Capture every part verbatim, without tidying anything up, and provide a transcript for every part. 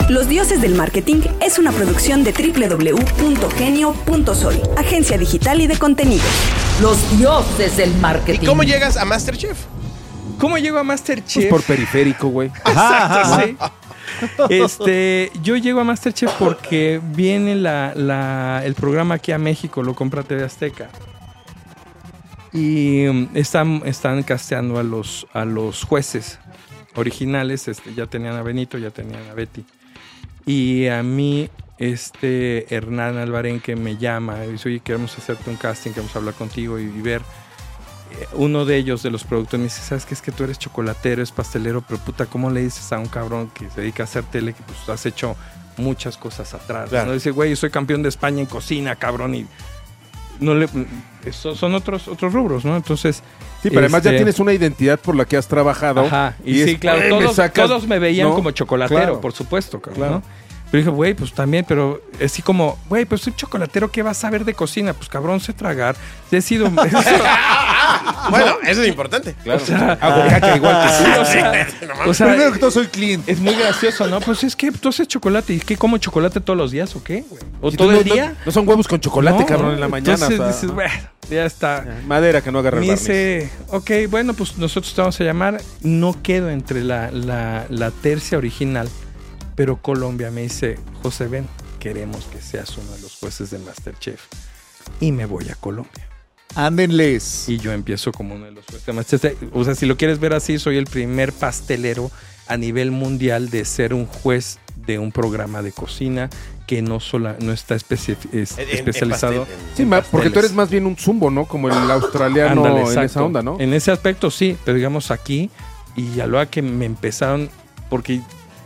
Los Dioses del Marketing es una producción de doble u doble u doble u punto genio punto soy, agencia digital y de contenidos. Los Dioses del Marketing. ¿Y cómo llegas a MasterChef? ¿Cómo llego a MasterChef? Pues por periférico, güey. Exacto, sí. Este, yo llego a MasterChef porque viene la, la, el programa aquí a México, lo compra T V Azteca. Y um, están, están casteando a los, a los jueces originales. Este, ya tenían a Benito, ya tenían a Betty. Y a mí, este Hernán Alvarenque me llama y dice, oye, queremos hacerte un casting, queremos hablar contigo y, y ver. Uno de ellos, de los productores, me dice, ¿sabes qué? Es que tú eres chocolatero, es pastelero, pero puta, ¿cómo le dices a un cabrón que se dedica a hacer tele que pues has hecho muchas cosas atrás? Claro. ¿No? Dice, güey, yo soy campeón de España en cocina, cabrón, y no le... Eso son otros, otros rubros, ¿no? Entonces... Sí, pero además este, ya tienes una identidad por la que has trabajado. Ajá, y, y sí, es, claro, todos me, sacas, todos me veían ¿no? como chocolatero, claro. por supuesto, cabrón, claro. ¿no? Pero dije, güey, pues también, pero así como, güey, pues soy chocolatero, ¿qué vas a saber de cocina? Pues cabrón, sé tragar. He sido... Bueno, eso es importante. Claro. O sea, hago caca igual que sí. O sea, o sea, primero que todo soy clean. Es muy gracioso, ¿no? Pues es que tú haces chocolate. ¿Y qué, como chocolate todos los días o qué? ¿O si todo no, el día? No, no son huevos con chocolate, no, cabrón, en la mañana. Entonces o sea, dices, bueno, ya está. Madera que no agarra el Me barniz. dice, ok, bueno, pues nosotros te vamos a llamar. No quedo entre la, la, la tercia original. Pero Colombia me dice, José, ven, queremos que seas uno de los jueces de MasterChef. Y me voy a Colombia. Ándenles. Y yo empiezo como uno de los jueces de MasterChef. O sea, si lo quieres ver así, soy el primer pastelero a nivel mundial de ser un juez de un programa de cocina que no sola, no está especi- es, en, especializado. En pastel, en, sí, en ma, porque tú eres más bien un zumbo, ¿no? Como el australiano. Ándale, en esa onda, ¿no? En ese aspecto sí, pero digamos aquí, y a lo que me empezaron, porque...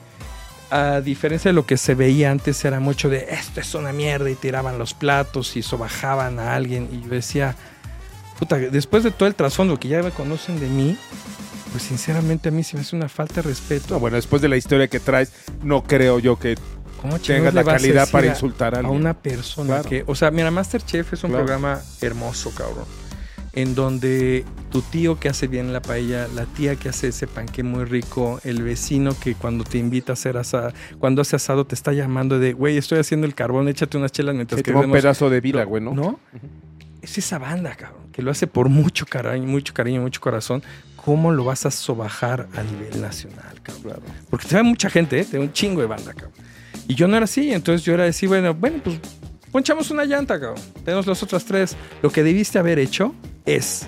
A diferencia de lo que se veía antes, era mucho de esto es una mierda y tiraban los platos y sobajaban a alguien. Y yo decía, puta, después de todo el trasfondo que ya me conocen de mí, pues sinceramente a mí se me hace una falta de respeto. No, bueno, después de la historia que traes, no creo yo que tengas la calidad para insultar a, a alguien. una persona claro. que, o sea, mira, MasterChef es un claro. programa hermoso, cabrón. En donde tu tío que hace bien la paella, la tía que hace ese panqué muy rico, el vecino que cuando te invita a hacer asado, cuando hace asado te está llamando de, güey, estoy haciendo el carbón, échate unas chelas mientras sí, que vemos vemos... un pedazo de vida, güey, ¿no? ¿No? Uh-huh. Es esa banda, cabrón, que lo hace por mucho cariño, mucho cariño, mucho corazón. ¿Cómo lo vas a sobajar a nivel nacional, cabrón? Claro. Porque te ve mucha gente, ¿eh? Te ve un chingo de banda, cabrón. Y yo no era así, entonces yo era decir, bueno, bueno, pues ponchamos una llanta, cabrón. Tenemos las otras tres. Lo que debiste haber hecho es...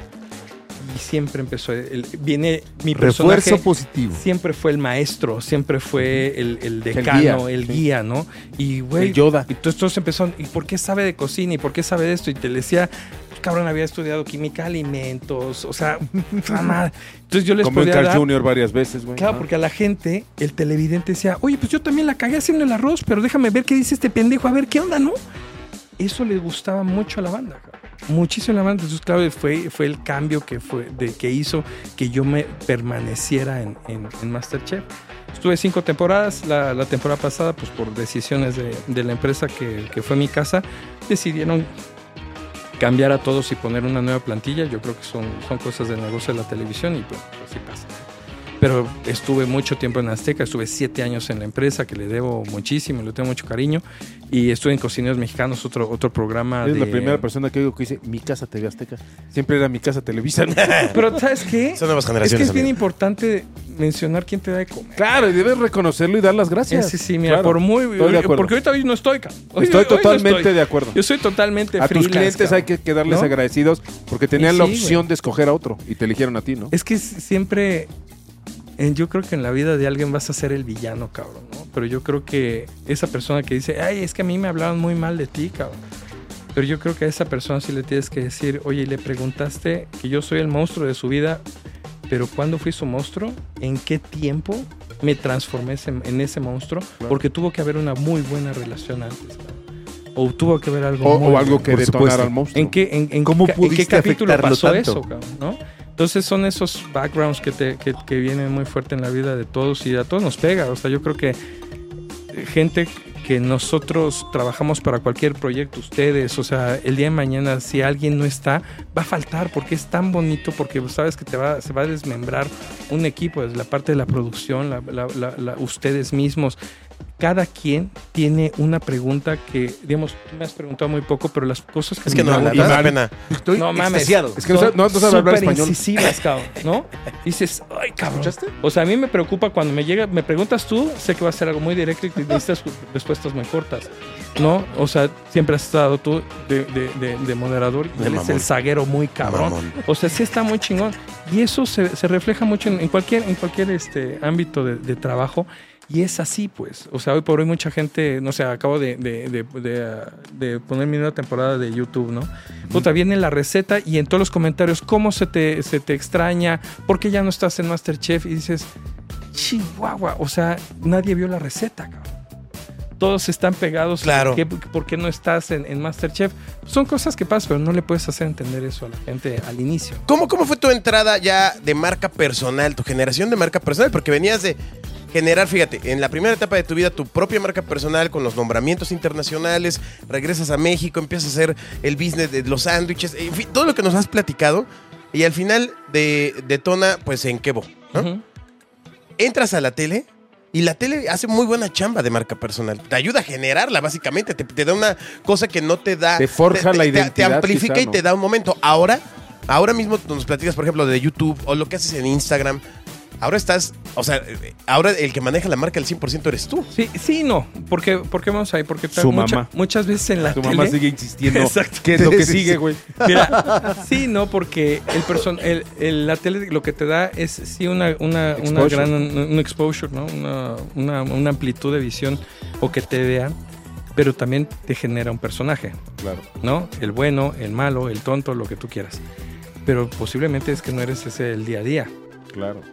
Y siempre empezó, el, viene mi personaje. Refuerzo positivo. Siempre fue el maestro, siempre fue el, el decano, el guía, el guía, ¿no? Y, güey. El Yoda. Y todos, todos empezaron, ¿y por qué sabe de cocina? ¿Y por qué sabe de esto? Y te decía, cabrón, había estudiado química, alimentos, o sea, mamá. Entonces yo les Comió podía Carl dar. Junior varias veces, güey. Claro, ¿no? porque a la gente, el televidente decía, oye, pues yo también la cagué haciendo el arroz, pero déjame ver qué dice este pendejo, a ver qué onda, ¿no? Eso les gustaba mucho a la banda, cabrón. Muchísimo la banda. Entonces, claro, fue, fue el cambio que fue de que hizo que yo me permaneciera en, en, en MasterChef. Estuve cinco temporadas. La, la temporada pasada, pues por decisiones de, de la empresa que, que fue mi casa, decidieron cambiar a todos y poner una nueva plantilla. Yo creo que son, son cosas del negocio de la televisión y pues así pasa. Pero estuve mucho tiempo en Azteca, estuve siete años en la empresa, que le debo muchísimo, le tengo mucho cariño. Y estuve en Cocineros Mexicanos, otro, otro programa. Es de... la primera persona que digo que dice Mi Casa T V Azteca. Siempre era Mi Casa Televisa. Pero ¿sabes qué? Son nuevas generaciones. Es que es bien amigo. importante mencionar quién te da de comer. Claro, y debes reconocerlo y dar las gracias. Sí, sí, mira, claro, por muy... estoy de acuerdo. Porque ahorita hoy no estoy, hoy, Estoy hoy totalmente no estoy. de acuerdo. Yo soy totalmente A tus clientes cabrón. hay que, que darles ¿No? agradecidos porque tenían Y la sí, opción güey. de escoger a otro y te eligieron a ti, ¿no? Es que siempre... Yo creo que en la vida de alguien vas a ser el villano, cabrón, ¿no? Pero yo creo que esa persona que dice, ay, es que a mí me hablaron muy mal de ti, cabrón. Pero yo creo que a esa persona sí le tienes que decir, oye, le preguntaste que yo soy el monstruo de su vida, pero ¿cuándo fui su monstruo? ¿En qué tiempo me transformé en ese monstruo? Claro. Porque tuvo que haber una muy buena relación antes, cabrón. O tuvo que haber algo O, muy o algo bueno. que Por detonara supuesto. al monstruo. ¿En qué, en, en ¿Cómo qué, pudiste ¿en qué capítulo afectarlo pasó tanto? eso, cabrón, ¿no? Entonces son esos backgrounds que, te, que, que vienen muy fuerte en la vida de todos y a todos nos pega. O sea, yo creo que gente que nosotros trabajamos para cualquier proyecto, ustedes, o sea, el día de mañana si alguien no está, va a faltar porque es tan bonito, porque sabes que te va, se va a desmembrar un equipo, desde la parte de la producción, la, la, la, la, ustedes mismos. cada quien tiene una pregunta que, digamos, tú me has preguntado muy poco, pero las cosas que... Es que no, me no, no da pena. Estoy no mames, extasiado. Es que no sabe, no, no sabe hablar súper español. incisivas, cabrón, ¿no? Dices, ay, cabrón. ¿Escuchaste? O sea, a mí me preocupa cuando me llega, me preguntas tú, sé que va a ser algo muy directo y necesitas respuestas muy cortas, ¿no? O sea, siempre has estado tú de, de, de, de moderador y De él es mamón. el zaguero muy cabrón. Mamón. O sea, sí está muy chingón. Y eso se, se refleja mucho en, en cualquier, en cualquier este, ámbito de, de trabajo. Y es así, pues. O sea, hoy por hoy mucha gente, no sé, acabo de, de, de, de, de poner mi nueva temporada de YouTube, ¿no? Puta, viene la receta y en todos los comentarios, ¿cómo se te, se te extraña? ¿Por qué ya no estás en MasterChef? Y dices, chihuahua, o sea, nadie vio la receta, cabrón. Todos están pegados. Claro. ¿Por qué, por qué no estás en, en MasterChef? Son cosas que pasan, pero no le puedes hacer entender eso a la gente al inicio. ¿Cómo, ¿Cómo fue tu entrada ya de marca personal, tu generación de marca personal? Porque venías de generar, fíjate, en la primera etapa de tu vida, tu propia marca personal con los nombramientos internacionales, regresas a México, empiezas a hacer el business de los sándwiches, en fin, todo lo que nos has platicado, y al final de, detona, pues, en Quebo, ¿no? Uh-huh. Entras a la tele y la tele hace muy buena chamba de marca personal. Te ayuda a generarla, básicamente. Te, te da una cosa que no te da... Te forja te, la te, identidad, Te amplifica quizá, y ¿no? te da un momento. Ahora, ahora mismo nos platicas, por ejemplo, de YouTube o lo que haces en Instagram. Ahora estás... O sea, ahora el que maneja la marca al cien por ciento eres tú. Sí, sí, no. ¿Por qué, ¿Por qué vamos ahí? Porque tal- Su mucha- mamá. muchas veces en la Tu tele... mamá sigue insistiendo. Exacto. ¿Qué es lo que Sí, sigue, sí. güey? Mira, sí, no, porque el person, el, el- la tele lo que te da es sí una, una, una Exposure. gran un, un exposure, ¿no? Una, una, una amplitud de visión o que te vean, pero también te genera un personaje, Claro. ¿no? El bueno, el malo, el tonto, lo que tú quieras. Pero posiblemente es que no eres ese el día a día. Claro.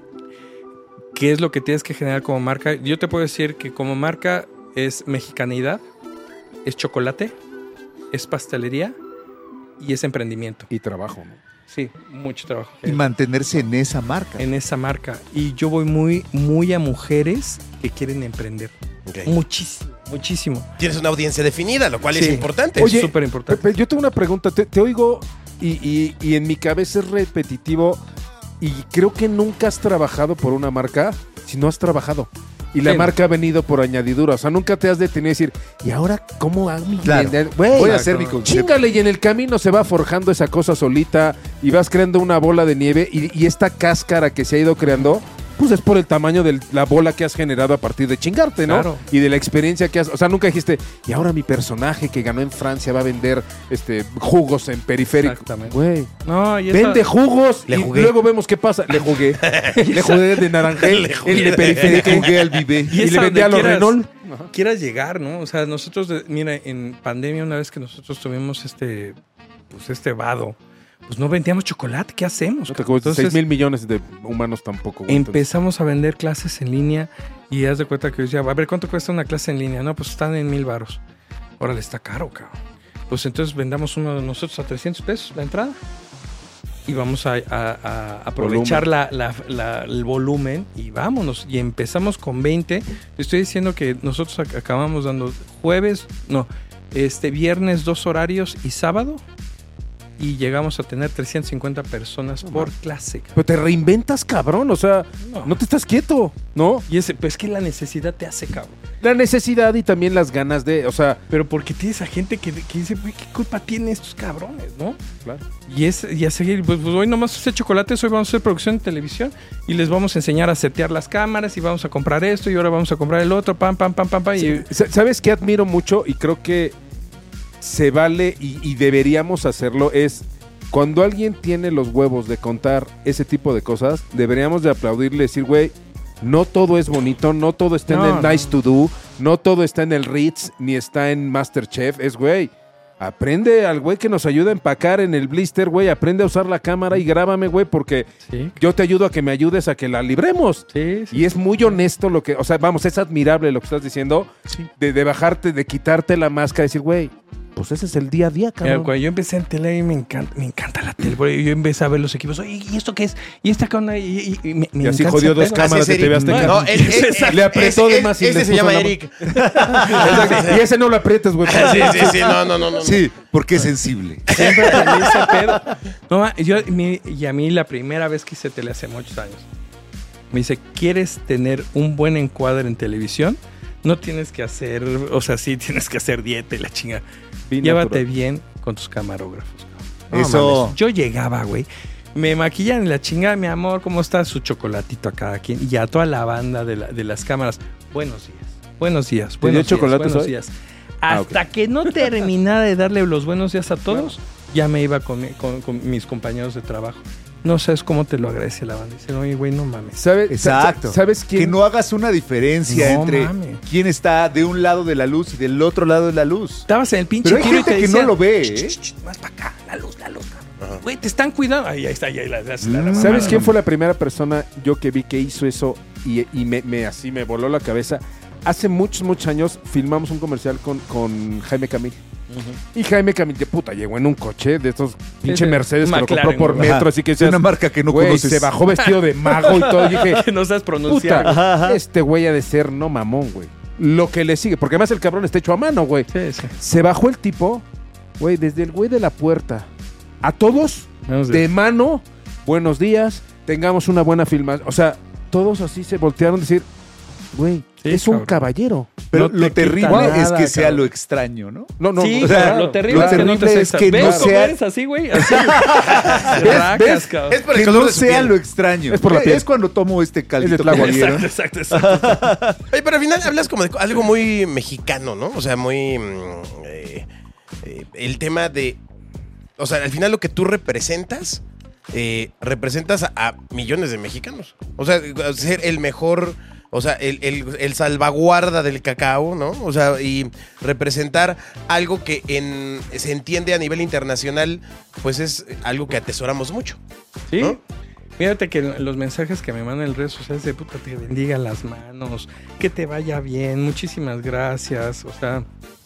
¿Qué es lo que tienes que generar como marca? Yo te puedo decir que como marca es mexicanidad, es chocolate, es pastelería y es emprendimiento. Y trabajo, ¿no? Sí, mucho trabajo. Y mantenerse en esa marca. En esa marca. Y yo voy muy, muy a mujeres que quieren emprender. Ok. Muchísimo, muchísimo. Tienes una audiencia definida, lo cual Sí. es importante. Oye, súper importante. Pepe, yo tengo una pregunta. Te, te oigo y, y- y en mi cabeza es repetitivo y creo que nunca has trabajado por una marca si no has trabajado. Y la Sí. marca ha venido por añadidura. O sea, nunca te has detenido a decir, ¿y ahora cómo hago mi Claro. vender? Güey, Voy a Exacto. hacer mi concepto. chíngale, y en el camino se va forjando esa cosa solita y vas creando una bola de nieve y, y esta cáscara que se ha ido creando, pues es por el tamaño de la bola que has generado a partir de chingarte, ¿no? Claro. Y de la experiencia que has... O sea, nunca dijiste, y ahora mi personaje que ganó en Francia va a vender este jugos en periférico. Exactamente. Güey, No, y esa- vende jugos Le y jugué. luego vemos qué pasa. Le jugué. Le jugué de Naranjel, Le jugué. el de periférico. Jugué al Vivé. Y Y, es le a vendí a donde los quieras. Renault. quieras llegar, ¿no? O sea, nosotros, de- mira, en pandemia, una vez que nosotros tuvimos este, pues este vado, pues no vendíamos chocolate, ¿qué hacemos? No te cabrón? acuerdas, seis mil millones de humanos tampoco. güey. empezamos a vender clases en línea y haz de cuenta que yo decía, a ver, ¿cuánto cuesta una clase en línea? No, pues están en mil varos. Órale, está caro, cabrón. Pues entonces vendamos uno de nosotros a trescientos pesos la entrada y vamos a, a- a aprovechar la, la- la- el volumen y vámonos. Y empezamos con veinte. Te estoy diciendo que nosotros ac- acabamos dando jueves, no, este viernes dos horarios y sábado y llegamos a tener trescientas cincuenta personas por clase. cabrón. Pero te reinventas, cabrón. O sea, No. no te estás quieto, ¿no? Y ese, pues es que la necesidad te hace, cabrón. La necesidad y también las ganas de, o sea, Pero porque tienes a gente que, que dice, güey, ¿qué culpa tienen estos cabrones, no? claro. Y es y a seguir, pues, pues hoy nomás hacer chocolates, hoy vamos a hacer producción de televisión y les vamos a enseñar a setear las cámaras y vamos a comprar esto y ahora vamos a comprar el otro, pam, pam, pam, pam, pam. Y, Sa- ¿Sabes qué admiro mucho? Y creo que se vale y, y deberíamos hacerlo. Es cuando alguien tiene los huevos de contar ese tipo de cosas, deberíamos de aplaudirle y decir, güey, no todo es bonito, no todo está No, en el no. Nice to Do, no todo está en el Ritz, ni está en Masterchef. Es, güey, aprende al güey que nos ayuda a empacar en el blister, güey, aprende a usar la cámara y grábame, güey, porque sí, yo te ayudo a que me ayudes a que la libremos. sí, sí. Y es muy honesto lo que, o sea, vamos, es admirable lo que estás diciendo, de, de bajarte, de quitarte la máscara y decir, güey, pues ese es el día a día, Mira, cabrón. cuando yo empecé en tele, me encanta, me encanta la tele. Porque yo empecé a ver los equipos. Oye, ¿y esto qué es? ¿Y esta cámara? Y, y- y me, me Y así encanta jodió ese dos pedo. cámaras Así es de T V Eric. Azteca. No, él- él- Le apretó ese- de más y ese le se puso llama la- Eric. Exacto. Y ese no lo aprietes, güey. Sí, sí, sí, no, no, no, no. Sí, porque es sensible. Siempre aprendí ese pedo. No, ma, yo, mi- y a mí la primera vez que hice tele hace muchos años, me dice, ¿quieres tener un buen encuadre en televisión? No tienes que hacer, o sea, sí tienes que hacer dieta y la chinga. Bien Llévate natural. bien con tus camarógrafos. cabrón. No Eso. mames. Yo llegaba, güey. Me maquillan en la chingada, mi amor, ¿cómo está? Su chocolatito a cada quien. Y a toda la banda de, la- de las cámaras. Buenos días. Buenos días. ¿Te Buenos dio chocolates días, buenos hoy? días. Ah, Hasta que no terminara de darle los buenos días a todos, ya me iba con, mi- con- con mis compañeros de trabajo. No sabes cómo te lo agradece la banda. Dicen, oye, güey, no mames. ¿Sabes? Exacto. ¿Sabes quién? Que no hagas una diferencia No entre mames. quién está de un lado de la luz y del otro lado de la luz. Estabas en el pinche Pero hay tiro y gente te que decían, no lo ve, "Ch, ¿eh? ch, ch, más para acá, la luz, la luz, cabrón". Güey, te están cuidando. Ahí, ahí está, ahí, ahí, la- la- la- la- Mm. ¿Sabes quién fue la primera persona yo que vi que hizo eso y, y me, me- así me voló la cabeza? Hace muchos, muchos años filmamos un comercial con, con Jaime Camil. Y Jaime Camil, de puta, llegó en un coche de estos pinche sí. Mercedes que lo McLaren, compró por ¿no? metro, Ajá. así que Es una decías, marca que no güey, conoces. se bajó vestido de mago y todo. Y dije, Que no sabes pronunciar. puta, güey. este güey ha de ser no mamón, güey. Lo que le sigue, porque además el cabrón está hecho a mano, güey. Sí, sí. Se bajó el tipo, güey, desde el güey de la puerta a todos, Buenos de días. mano, buenos días, tengamos una buena filmación. O sea, todos así se voltearon a decir, güey, Sí, es un cabrón. caballero. Pero No te lo quita terrible nada, es que sea cabrón. lo extraño, ¿no? No, no, Sí, o sea, cabrón, lo terrible lo es que no te terrible es aceptan. que ¿Ves no cómo sea- eres así, güey? Así. ¿Ves? Racas, ¿Ves? cabrón. Es por el Que color no de su sea piel. lo extraño. Es por la piel. Es cuando tomo este caldito Es de que Tláhuac. dieron. Exacto, exacto, exacto. Oye, pero al final hablas como de algo muy mexicano, ¿no? O sea, muy... mm, eh, eh, el tema de... O sea, al final lo que tú representas, eh, representas a, a millones de mexicanos. O sea, ser el mejor... O sea, el, el- el salvaguarda del cacao, ¿no? O sea, y representar algo que en, se entiende a nivel internacional, pues es algo que atesoramos mucho. Sí. ¿No? Fíjate que los mensajes que me mandan en redes sociales de puta, te bendiga las manos, que te vaya bien, muchísimas gracias. O sea,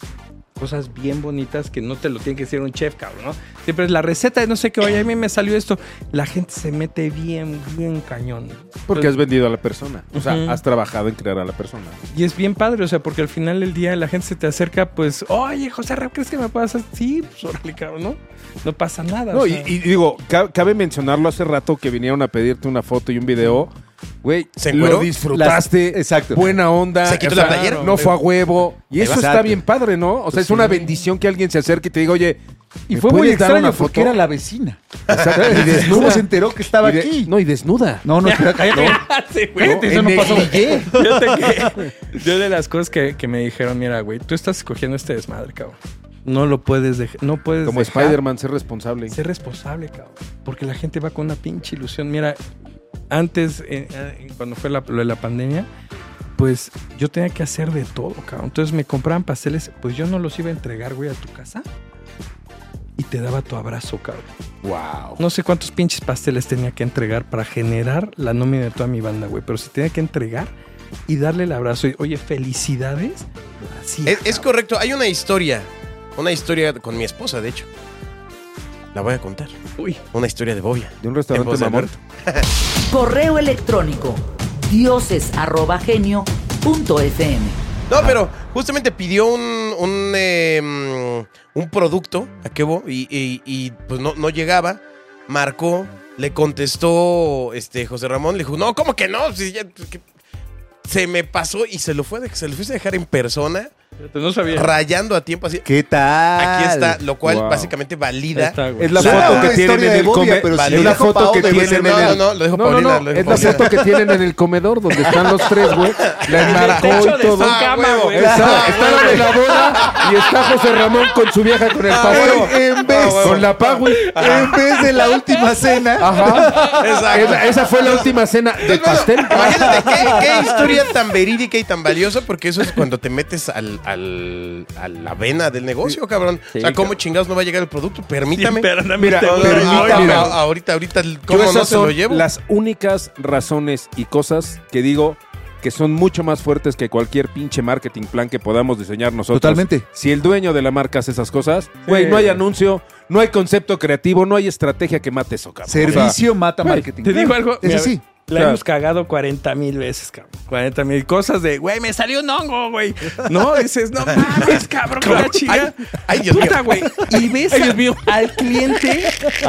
cosas bien bonitas que no te lo tiene que decir un chef, cabrón, ¿no? Siempre es la receta de no sé qué, oye, a mí me salió esto. La gente se mete bien, bien cañón. porque has vendido a la persona. O sea, Ujú. has trabajado en crear a la persona. Y es bien padre, o sea, porque al final del día la gente se te acerca, pues, oye, José Ra, ¿crees que me puedas hacer? Sí, pues órale, cabrón, ¿no? No pasa nada. No, o y, sea. y digo, ca- cabe mencionarlo hace rato que vinieron a pedirte una foto y un video. Güey, ¿Se encueró? lo disfrutaste. Las- exacto. Buena onda. Se quitó o sea, la playera. No fue a huevo. Y eso Exacto. está bien padre, ¿no? O sea, es una bendición que alguien se acerque y te diga, oye, Y ¿me fue muy puedes dar extraño una porque foto? era la vecina. Exacto. Y ¿Cómo desnuda. se enteró que estaba Y de- aquí? No, y desnuda. No, no, espera, cállate. Sí, güey. ¿No? eso En no pasó. negligé. Fíjate que yo de las cosas que, que me dijeron, mira, güey, tú estás escogiendo este desmadre, cabrón. No lo puedes dejar, no puedes Como dejar Spider-Man, ser responsable. ser responsable, cabrón. Porque la gente va con una pinche ilusión. Mira, antes, eh, eh, cuando fue la, lo de la pandemia, pues yo tenía que hacer de todo, cabrón. Entonces me compraban pasteles, pues yo no los iba a entregar, güey, a tu casa. Y te daba tu abrazo, cabrón. Wow. No sé cuántos pinches pasteles tenía que entregar para generar la nómina de toda mi banda, güey. Pero si tenía que entregar y darle el abrazo. Y, oye, felicidades. Así, Es, es correcto, hay una historia, una historia con mi esposa, de hecho. La voy a contar. Uy. Una historia de Bobia. De un restaurante En voz de mamón. Alberto. Correo electrónico dioses arroba genio punto f m. No, pero justamente pidió un, un, eh, mm, un producto a Kevo y, y- y, pues no, no llegaba. Marcó, le contestó este José Ramón, le dijo, no, ¿cómo que no? Si ya- que- se me pasó y se lo fue, de- se lo fuiste a dejar en persona, No sabía. rayando a tiempo así. ¿Qué tal? Aquí está, lo cual Wow. básicamente Ahí valida. está, güey. Es la Suena foto una que tienen historia en de el Bobia, comedor. pero si Es lo la dejo foto Pau, que debe tienen ser en no, el no, no, lo dejo No, no, Paulina, no, lo dejo es la Paulina. foto que tienen en el comedor donde están los tres, güey. La enmarcó techo y de todo. su cama, huevo. güey. Está, está la de la boda y está José Ramón con su vieja con el pastel. En vez, Con la Pagui. en vez de la última cena. Ajá. Exacto. Esa, esa fue la última cena de Entonces, bueno, pastel. imagínate qué, qué historia tan verídica y tan valiosa, porque eso es cuando te metes al, al- a la vena del negocio, cabrón. Sí, o sea, ¿cómo cabrón. chingados no va a llegar el producto? Permítame. Mira, No, no, no, permítame. ahorita, Mira. ahorita, ahorita, Yo ¿cómo no esas se lo son llevo? las únicas razones y cosas que digo que son mucho más fuertes que cualquier pinche marketing plan que podamos diseñar nosotros. Totalmente. Si el dueño de la marca hace esas cosas, güey, Sí. no hay anuncio, no hay concepto creativo, no hay estrategia que mate eso, cabrón. Servicio O sea, mata güey, marketing. Te digo algo. Es mira, así. La Claro. hemos cagado cuarenta mil veces, cabrón. cuarenta mil cosas de, güey, me salió un hongo, güey. No, dices, no mames, cabrón, que la chica. Ay, ay, Dios Puta, mío. güey. Y ves a- al cliente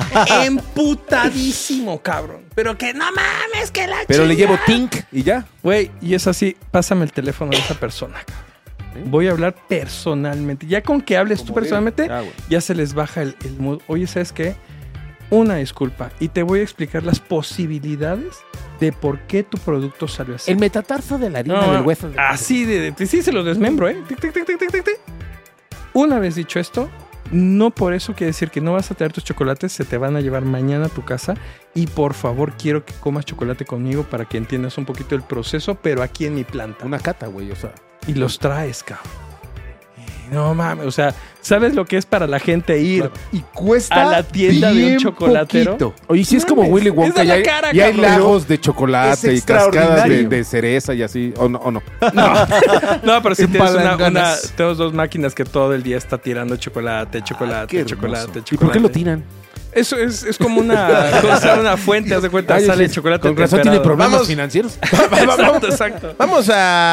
emputadísimo, cabrón. Pero que no mames, que la Pero le chingada. llevo Tink y ya. Güey, y es así, pásame el teléfono de esa persona, cabrón. Voy a hablar personalmente. Ya con que hables tú Como personalmente, debe. Ah, güey. ya se les baja el, el mood. Oye, ¿sabes qué? Una disculpa. Y te voy a explicar las posibilidades de por qué tu producto salió así. El metatarso de la harina No, del hueso. de- Así de, de- sí se lo desmembro, ¿eh? Tic, tic, tic, tic, tic, tic, tic. Una vez dicho esto, no por eso quiere decir que no vas a traer tus chocolates, se te van a llevar mañana a tu casa. Y por favor, quiero que comas chocolate conmigo para que entiendas un poquito el proceso, pero aquí en mi planta. Una cata, güey, o sea. Y los traes, cabrón. No mames, o sea, ¿sabes lo que es para la gente ir? Y cuesta A la tienda de un bien chocolatero. poquito. Oye, sí es como Mames, Willy es Wonka. de Y la hay, cara, y hay cabrón. lagos de chocolate Es y cascadas de, extraordinario. de cereza y así. ¿O no? ¿O no? No, pero si tienes una, una, Palanganas. tenemos dos máquinas que todo el día está tirando chocolate, chocolate, qué hermoso. chocolate, chocolate. ¿Y por qué lo tiran? Eso es, es como una cosa, una fuente, haz de cuenta, Ay, sale sí. chocolate Con razón tiene temperado. problemas Vamos. financieros. Exacto, exacto. Vamos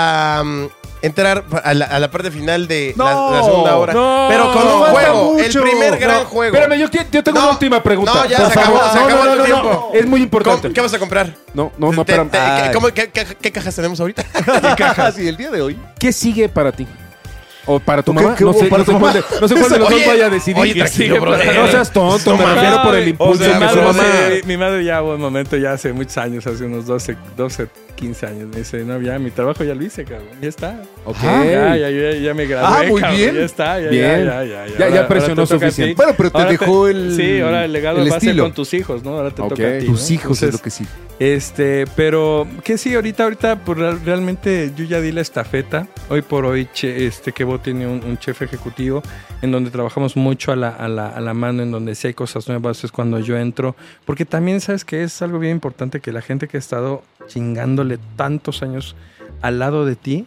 a um, entrar a la, a la parte final de No, la, la segunda hora. no, pero con no un falta juego, el mucho. primer gran No, juego. Espérame, yo, ti- yo tengo No, una última pregunta. no, ya por se acabó, favor. se No, acabó no, tu no, no, tiempo. Es muy importante. ¿Cómo- ¿Qué vas a comprar? No, no, no, Te- espérame. te- Ay. ¿qué- cómo- qué, qué- qué cajas tenemos ahorita? Casi el día de hoy. ¿Qué sigue para ti? ¿O para tu ¿O qué- mamá? qué No hubo sé, para no sé tu cuál de, no sé cuál de los Oye, dos vaya a decidir. oye, ¿Qué tranquilo, sigue, brother. No seas tonto, No me mames. refiero por el Ay, impulso o sea, de mi, que su madre, mamá. sí, mi madre ya hubo un momento, ya hace muchos años, hace unos doce, doce, quince años, me dice, no, ya mi trabajo ya lo hice, cabrón, ya está. Ok. Ya, ya, ya, ya me gradué, Ah, muy cabrón, bien. ya está, ya, Bien. ya, ya, ya. Ya- ya Ahora- presionó ahora te toca a ti. suficiente. Bueno, pero te Ahora dejó el. Sí, ahora el legado el va a ser estilo. con tus hijos, ¿no? Ahora te Ok. toca a ti, Tus ¿no? hijos es Entonces, lo que sí. Este, pero que sí, ahorita, ahorita, pues real- realmente yo ya di la estafeta. Hoy por hoy, che, este Kevo tiene un, un chef ejecutivo en donde trabajamos mucho a la, a, la, a la mano, en donde si hay cosas nuevas es cuando yo entro. Porque también sabes que es algo bien importante que la gente que ha estado chingándole tantos años al lado de ti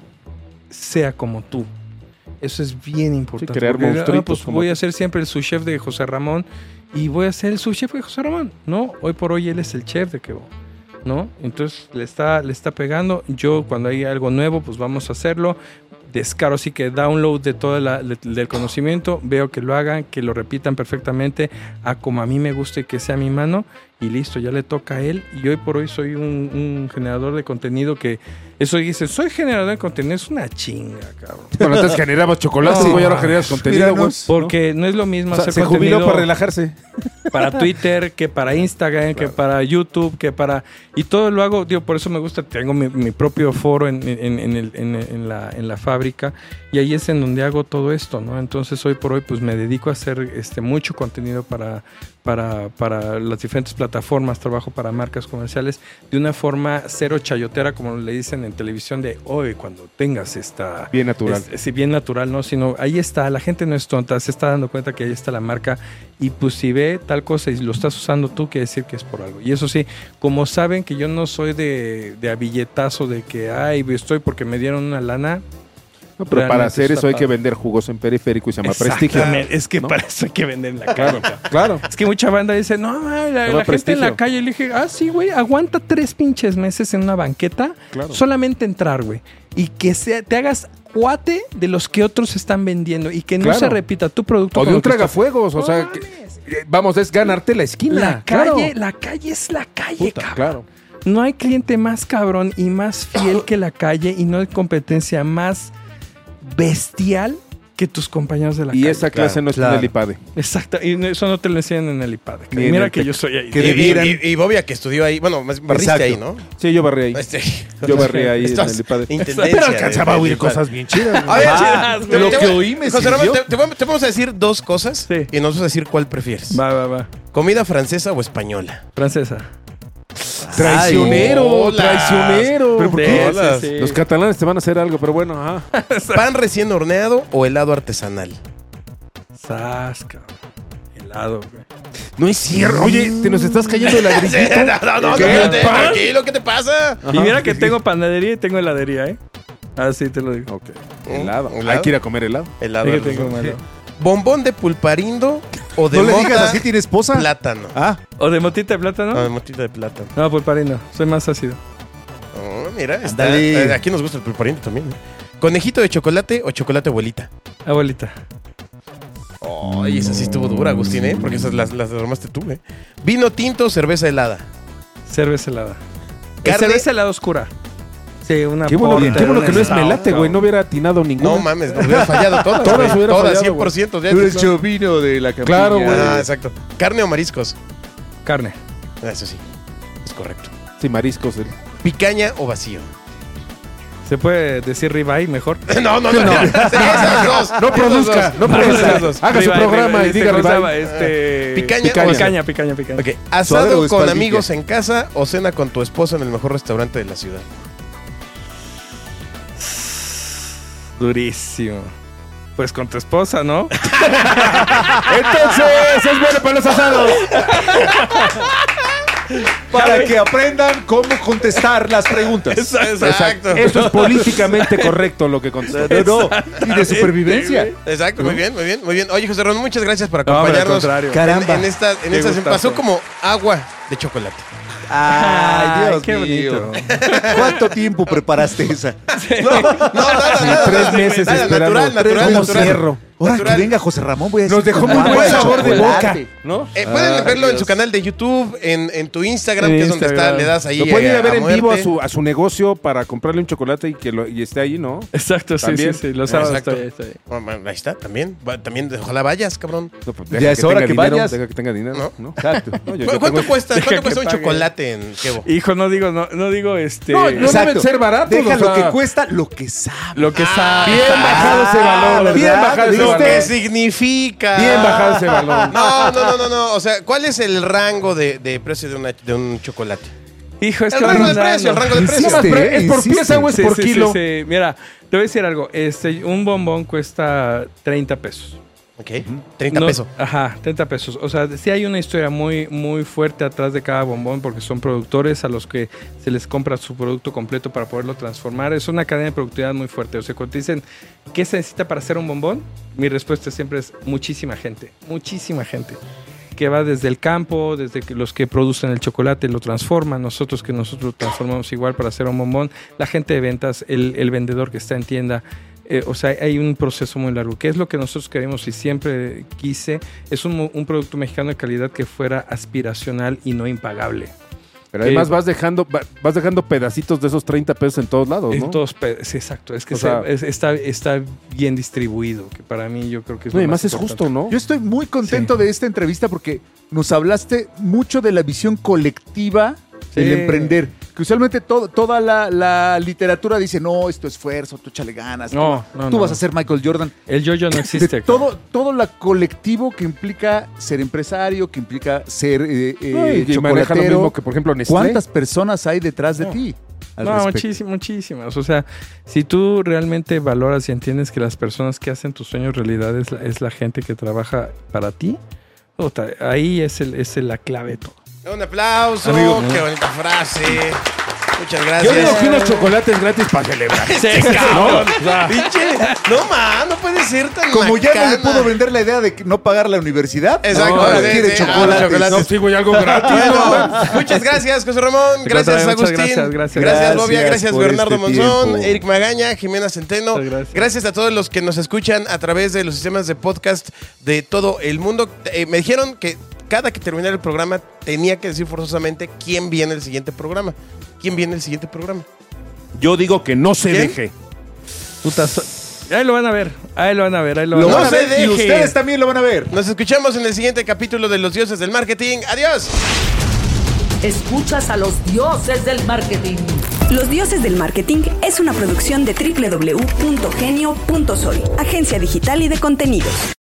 sea como tú. Eso es bien importante. crear porque, monstruitos ah, pues como voy tú. a ser siempre el subchef de José Ramón y voy a ser el subchef de José Ramón. No, hoy por hoy él es el chef de Kevo, ¿no? Entonces le está, le está pegando. Yo cuando hay algo nuevo, pues vamos a hacerlo. Descaro sí que download de todo la, de- del conocimiento, veo que lo hagan, que lo repitan perfectamente a como a mí me gusta y que sea mi mano y listo, ya le toca a él. Y hoy por hoy soy un, un generador de contenido que eso dice, soy generador de contenido, es una chinga, cabrón. Bueno, antes generabas chocolate, No. güey, ahora generas contenido, güey. Míranos. Porque no es lo mismo O sea, hacer se contenido jubiló para relajarse. para Twitter, que para Instagram, que para YouTube, que para... Y todo lo hago, digo, por eso me gusta, tengo mi, mi propio foro en, en, en, el- en- en la, en la fábrica y ahí es en donde hago todo esto, ¿no? Entonces hoy por hoy pues me dedico a hacer este, mucho contenido para, para, para las diferentes plataformas, trabajo para marcas comerciales de una forma cero chayotera, como le dicen en televisión, de hoy cuando tengas esta... Bien natural. Es- sí, bien natural, ¿no? Sino ahí está, la gente no es tonta, se está dando cuenta que ahí está la marca y pues si ve tal cosa y lo estás usando tú, quiere decir que es por algo. Y eso sí, como saben que yo no soy de, de a billetazo de que, ay, estoy porque me dieron una lana. No, pero para Realmente hacer está eso hay que padre. vender jugos en periférico y se llama prestigio. Exactamente, es que ¿no? para eso hay que vender en la calle. cabrón. Claro. Es que mucha banda dice, no, ma, la, Se la llama gente en la prestigio. calle. Le dije, ah, sí, güey, aguanta tres pinches meses en una banqueta, Claro. solamente entrar, güey. Y que sea, te hagas cuate de los que otros están vendiendo y que no Claro. se repita tu producto. O con de lo un que está- tragafuegos, o No sea, que- mames. eh, vamos, es ganarte la esquina. La claro. calle, la calle es la calle, Puta, cabrón. claro. No hay cliente más cabrón y más fiel que la calle y no hay competencia más bestial que tus compañeros de la Y calle. esa clase Claro, no está claro. en el IPADE. Exacto, y no- eso no te lo enseñan en el IPAD. Ni en Mira el que Tec. yo soy ahí. Que Y, debieran. y, y Bobia, que estudió ahí, bueno, más barriste Exacto. ahí, ¿no? Sí, yo barrí ahí. Este, Yo barrí ahí en Estás el IPADE. intendencia Pero de- alcanzaba a de- oír de- cosas bien chidas. A ver, Ah, te- güey. lo te- que te- oí me José Ramón, sirvió. te, te vamos, te vamos a decir dos cosas Sí. y nos vas a decir cuál prefieres. Va, va, va. ¿Comida francesa o española? Francesa. Traicionero, Ay, hola. traicionero. ¿Pero por Sí, qué? sí, Hola. sí. Los catalanes te van a hacer algo, pero bueno, ajá. ¿Pan recién horneado o helado artesanal? Sasca. Helado, güey. No es cierto. Oye, te nos estás cayendo de la Sí, grillita. no, no, no, ¿Qué? espérate, ¿Pan? tranquilo, ¿qué te pasa? Y mira que tengo panadería y tengo heladería, ¿eh? Así te lo digo. Ok. Helado. ¿Helado? Hay que ir a comer helado. Helado Sí que artesanal. tengo helado. ¿Bombón de pulparindo o de No le mota digas así, ¿tiene esposa? plátano. Ah, ¿O de motita de plátano? No, de motita de plátano. No, pulparín no. Soy más ácido. Oh, mira, está, Ándale. eh, aquí nos gusta el pulparín también. ¿eh? ¿Conejito de chocolate o chocolate abuelita? Abuelita. Ay, esa sí estuvo dura, Agustín, ¿eh? Porque esas las, las armaste tú, ¿eh? ¿Vino tinto o cerveza helada? Cerveza helada. Carne- Cerveza helada oscura. Sí, una Qué bueno, porter, qué bueno una que no es stout, melate, güey. No hubiera atinado ninguna. No mames, nos hubiera fallado todas. Todas güey. hubiera Todas, fallado, cien por ciento. ya tú eres te- chovino de la campiña. Claro, güey. Ah, exacto. ¿Carne o mariscos? Carne. Eso sí, es correcto. Sí, mariscos. el- ¿Picaña o vacío? ¿Se puede decir ribeye mejor? No, no, no. no. Esas dos. No Esas produzca, dos. no Esas produzca. dos. Haga su Ribeye, programa ribeye, y este, diga ¿cómo se llama? ribeye. Este... Picaña Picaña. o Picaña, picaña, picaña. Ok, Suadero ¿asado o con espaldilla. amigos en casa o cena con tu esposa en el mejor restaurante de la ciudad? Durísimo. Pues con tu esposa, ¿no? Entonces, es bueno para los asados. Para que aprendan cómo contestar las preguntas. Exacto. Eso es políticamente correcto lo que contestó. No, no. Y de supervivencia. Exacto, muy bien, muy bien, muy bien. Oye, José Ramón, muchas gracias por No, hombre, al acompañarnos. contrario. Caramba. En, en esta, en Qué esta se gustazo. pasó como agua de chocolate. Ay, Dios qué mío. bonito. ¿Cuánto tiempo preparaste esa? No, no, nada, nada. tres nada, meses nada, esperando. Natural, natural, ¿Cómo natural. cierro? Ahora Natural. que venga José Ramón, voy a decir Nos dejó con muy agua buen de sabor de boca, chocolate. ¿no? Eh, pueden Ay, verlo en Dios. su canal de YouTube, en, en tu Instagram, En que es donde está, Instagram. le das ahí. Lo pueden ir eh, a ver en vivo a muerte. su, a su negocio para comprarle un chocolate y que lo, y esté ahí, ¿no? Exacto, sí, También. sí, sí. Los sábados Exacto. estoy ahí, estoy ahí. Bueno, bueno, ahí está, también. Va- También, ojalá vayas, cabrón. No, pues Ya deja es hora tenga que dinero, vayas. Deja que tenga dinero, ¿No? ¿no? Exacto. No, yo- ¿Cu- yo ¿Cuánto tengo- cuesta, Deja ¿cuánto que cuesta un pague. chocolate en Kevo? Hijo, no digo, no, no digo este. No, no Exacto. deben ser baratos. Deja o lo sea, que cuesta, lo que sabe. Lo que sabe. Bien bajado ese valor, ¿verdad? bien bajado ese Lo valor. que significa. Bien bajado ese valor. No, no, no, no, no. O sea, ¿cuál es el rango de, de precio de, una, de un chocolate? Hijo, es El que rango van de precio, el rango de precio. No, pero ¿es por Insiste. pieza o es Sí, por sí, sí, kilo? sí. Mira, te voy a decir algo. Este, un bombón cuesta treinta pesos. Ok, treinta No- pesos. Ajá, treinta pesos. O sea, sí hay una historia muy, muy fuerte atrás de cada bombón porque son productores a los que se les compra su producto completo para poderlo transformar. Es una cadena de productividad muy fuerte. O sea, cuando te dicen, ¿qué se necesita para hacer un bombón? Mi respuesta siempre es muchísima gente. Muchísima gente. Que va desde el campo, desde que los que producen el chocolate lo transforman, nosotros que nosotros lo transformamos igual para hacer un bombón, la gente de ventas, el, el vendedor que está en tienda. Eh, o sea, hay un proceso muy largo. ¿Qué es lo que nosotros queremos y siempre quise? Es un, un producto mexicano de calidad que fuera aspiracional y no impagable. Pero además vas dejando, va- vas dejando pedacitos de esos treinta pesos en todos lados, ¿no? En todos pe- sí, exacto. Es que O sea- se- es- está, está bien distribuido, que para mí yo creo que es No, lo y más más es importante. justo, ¿no? Yo estoy muy contento de esta entrevista porque nos hablaste mucho de la visión colectiva del Sí. emprender. Que usualmente todo- toda la, la literatura dice, no, esto es esfuerzo, tú échale ganas. No, tú, no, tú no. vas a ser Michael Jordan. El yo-yo no De existe. todo, todo lo colectivo que implica ser empresario, que implica ser eh, eh, No, y- y maneja lo chocolatero. mismo que, por ejemplo, Nestlé. ¿Cuántas personas hay detrás de No. ti? al No, respecto? muchísimas, muchísimas. O sea, si tú realmente valoras y entiendes que las personas que hacen tus sueños realidad es la, es la gente que trabaja para ti, puta, ahí es, el, es el- la clave de todo. Un aplauso. Amigo. Qué bonita frase. Muchas Yo gracias. digo que unos chocolates gratis para celebrar. Cabrón. Pinche. No, man, no puede ser tan Como ya no le macana. pudo vender la idea de que no pagar la universidad, Exacto. ahora Sí, quiere sí, chocolates. ahora chocolates. No, sí, güey, algo gratis. Bueno, muchas gracias, José Ramón. Te Gracias, contrario, muchas Agustín. gracias, gracias. Gracias, Bobia. Gracias Gracias, por Bernardo este Monzón, tiempo. Eric Magaña, Jimena Centeno. Muchas gracias. Gracias a todos los que nos escuchan a través de los sistemas de podcast de todo el mundo. Eh, me dijeron que cada que terminara el programa tenía que decir forzosamente quién viene el siguiente programa. ¿Quién viene el siguiente programa? Yo digo que no se ¿Quién? deje. Puta, so- ahí lo van a ver, ahí lo van a ver, ahí lo Lo van a van a ver. ver y ustedes también lo van a ver. Nos escuchamos en el siguiente capítulo de Los Dioses del Marketing. ¡Adiós! Escuchas a los dioses del marketing. Los Dioses del Marketing es una producción de doble u doble u doble u punto genio punto soy, agencia digital y de contenidos.